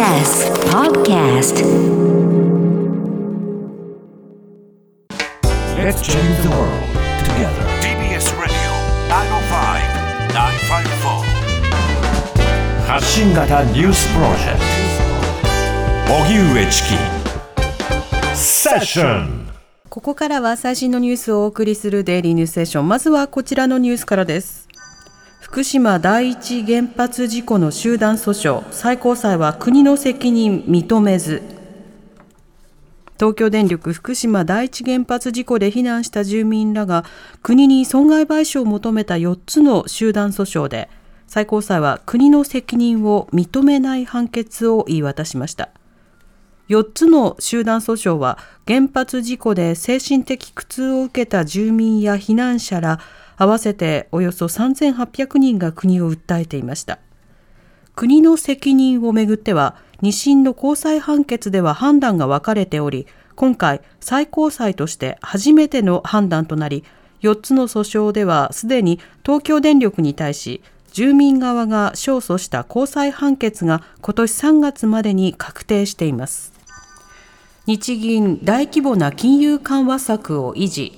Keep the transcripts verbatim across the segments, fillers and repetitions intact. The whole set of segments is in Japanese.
エス Podcast Let's change the world together ティービーエス Radio きゅうまるご きゅうごよん発信型ニュースプロジェクト荻上チキセッション。 ここからは最新のニュースをお送りするデイリーニュースセッション。まずはこちらのニュースからです。福島第一原発事故の集団訴訟、最高裁は国の責任認めず。東京電力福島第一原発事故で避難した住民らが国に損害賠償を求めたよっつの集団訴訟で、最高裁は国の責任を認めない判決を言い渡しました。よっつの集団訴訟は原発事故で精神的苦痛を受けた住民や避難者ら合わせておよそさんぜんはっぴゃくにんが国を訴えていました。国の責任をめぐってはに審の高裁判決では判断が分かれており、今回最高裁として初めての判断となり、よっつの訴訟ではすでに東京電力に対し住民側が勝訴した高裁判決が今年さんがつまでに確定しています。日銀大規模な金融緩和策を維持。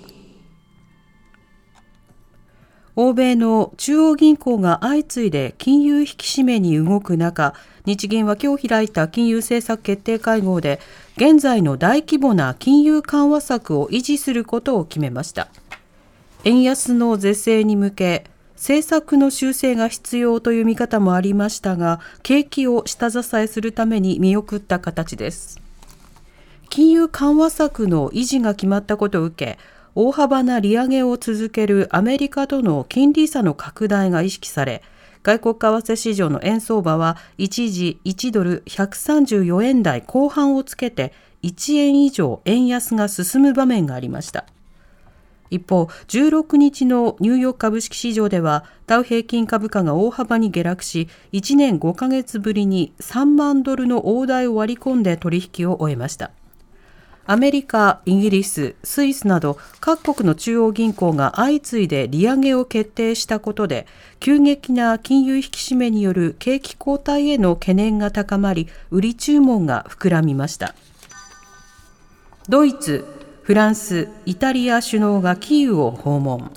欧米の中央銀行が相次いで金融引き締めに動く中、日銀は今日開いた金融政策決定会合で現在の大規模な金融緩和策を維持することを決めました。円安の是正に向け政策の修正が必要という見方もありましたが、景気を下支えするために見送った形です。金融緩和策の維持が決まったことを受け、大幅な利上げを続けるアメリカとの金利差の拡大が意識され、外国為替市場の円相場は一時いちドルひゃくさんじゅうよえん台後半をつけていちえん以上円安が進む場面がありました。一方、じゅうろくにちのニューヨーク株式市場ではダウ平均株価が大幅に下落し、いちねんごかげつぶりにさんまんドルの大台を割り込んで取引を終えました。アメリカ、イギリス、スイスなど各国の中央銀行が相次いで利上げを決定したことで、急激な金融引き締めによる景気後退への懸念が高まり、売り注文が膨らみました。ドイツ、フランス、イタリア首脳がキーウを訪問。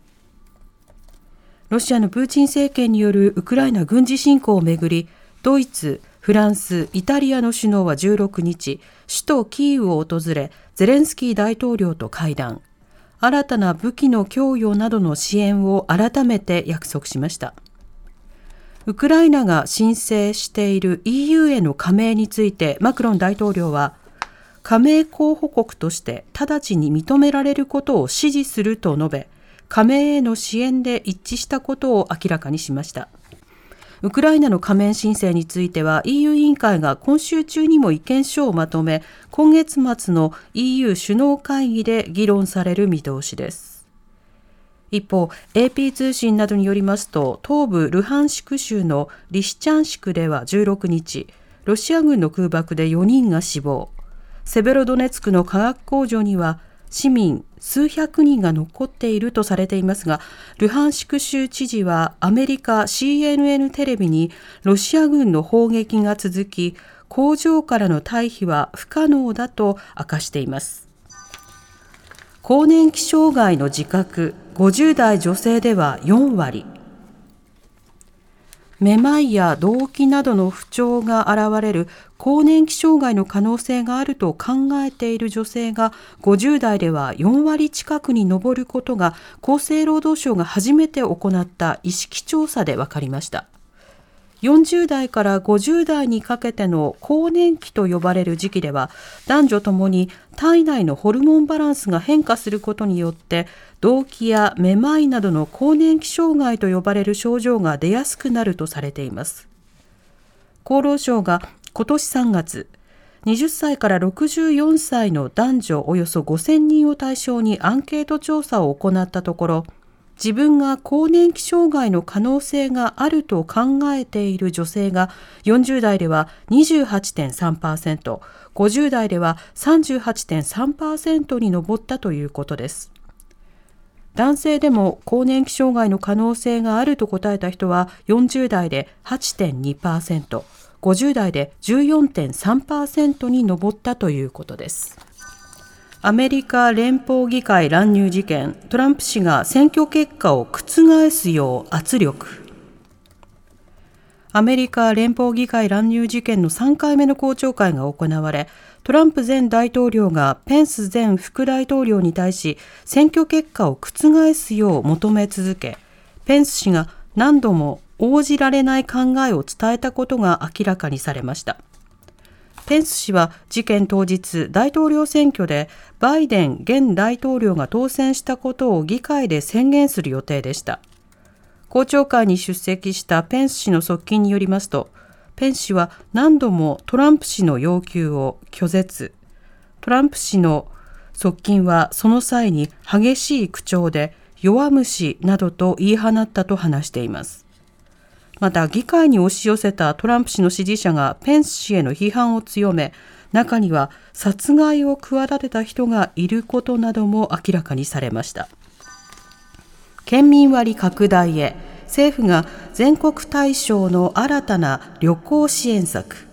ロシアのプーチン政権によるウクライナ軍事侵攻をめぐり、ドイツ、フランス、イタリアの首脳はじゅうろくにち、首都キーウを訪れ、ゼレンスキー大統領と会談。新たな武器の供与などの支援を改めて約束しました。ウクライナが申請している イーユー への加盟について、マクロン大統領は、加盟候補国として直ちに認められることを支持すると述べ、加盟への支援で一致したことを明らかにしました。ウクライナの加盟申請については イーユー 委員会が今週中にも意見書をまとめ、今月末の イーユー 首脳会議で議論される見通しです。一方、エーピー 通信などによりますと、東部ルハンシク州のリシチャンシクではじゅうろくにち、ロシア軍の空爆でよにんが死亡。セベロドネツクの化学工場には市民数百人が残っているとされていますが、ルハンシク州知事はアメリカ シーエヌエヌ テレビにロシア軍の砲撃が続き、工場からの退避は不可能だと明かしています。更年期障害の自覚、ごじゅうだい女性ではよんわり。めまいや動悸などの不調が現れる更年期障害の可能性があると考えている女性がごじゅうだいではよんわり近くに上ることが厚生労働省が初めて行った意識調査で分かりました。よんじゅうだいからごじゅうだいにかけての更年期と呼ばれる時期では、男女ともに体内のホルモンバランスが変化することによって動悸やめまいなどの更年期障害と呼ばれる症状が出やすくなるとされています。厚労省が今年さんがつ、はたちからろくじゅうよんさいの男女およそごせんにんを対象にアンケート調査を行ったところ、自分が更年期障害の可能性があると考えている女性がよんじゅうだいでは にじゅうはちてんさんパーセント、ごじゅうだいでは さんじゅうはちてんさんパーセント に上ったということです。 男性でも更年期障害の可能性があると答えた人はよんじゅう代で はちてんにパーセント、ごじゅう代で じゅうよんてんさんパーセント に上ったということです。アメリカ連邦議会乱入事件、トランプ氏が選挙結果を覆すよう圧力。アメリカ連邦議会乱入事件のさんかいめの公聴会が行われ、トランプ前大統領がペンス前副大統領に対し選挙結果を覆すよう求め続け、ペンス氏が何度も応じられない考えを伝えたことが明らかにされました。ペンス氏は事件当日、大統領選挙でバイデン現大統領が当選したことを議会で宣言する予定でした。公聴会に出席したペンス氏の側近によりますと、ペンス氏は何度もトランプ氏の要求を拒絶。トランプ氏の側近はその際に激しい口調で弱虫などと言い放ったと話しています。また議会に押し寄せたトランプ氏の支持者がペンス氏への批判を強め、中には殺害を企てた人がいることなども明らかにされました。県民割拡大へ、政府が全国対象の新たな旅行支援策。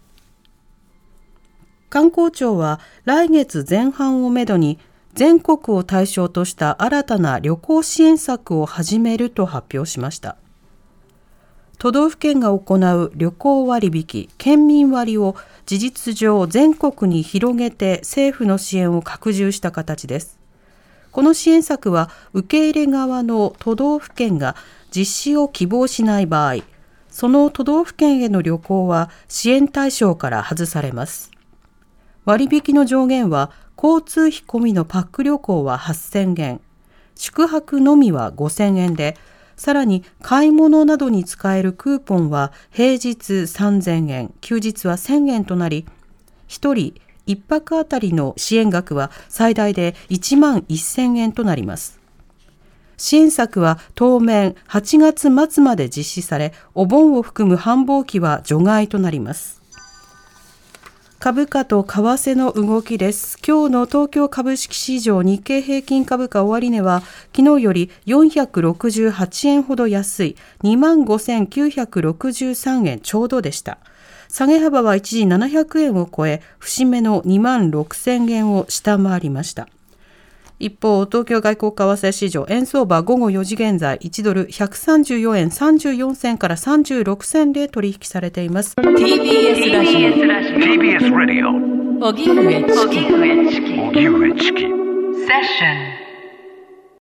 観光庁は来月前半をめどに全国を対象とした新たな旅行支援策を始めると発表しました。都道府県が行う旅行割引、県民割を事実上全国に広げて政府の支援を拡充した形です。この支援策は受け入れ側の都道府県が実施を希望しない場合、その都道府県への旅行は支援対象から外されます。割引の上限は交通費込みのパック旅行ははっせんえん、宿泊のみはごせんえんで、さらに買い物などに使えるクーポンは平日さんぜんえん、休日はせんえんとなり、ひとりいっぱくあたりの支援額は最大でいちまんせんえんとなります。支援策は当面はちがつ末まで実施され、お盆を含む繁忙期は除外となります。株価と為替の動きです。今日の東京株式市場日経平均株価終値は昨日よりよんひゃくろくじゅうはちえんほど安い にまんごせんきゅうひゃくろくじゅうさんえんちょうどでした。下げ幅は一時ななひゃくえんを超え、節目のにまんろくせんえんを下回りました。一方、東京外国為替市場円相場ごごよじ現在いちドルひゃくさんじゅうよえんさんじゅうよんせんからさんじゅうろくせんで取引されています。 ティービーエス ラジオティービーエス ラジオ荻上チキ荻上チキセッション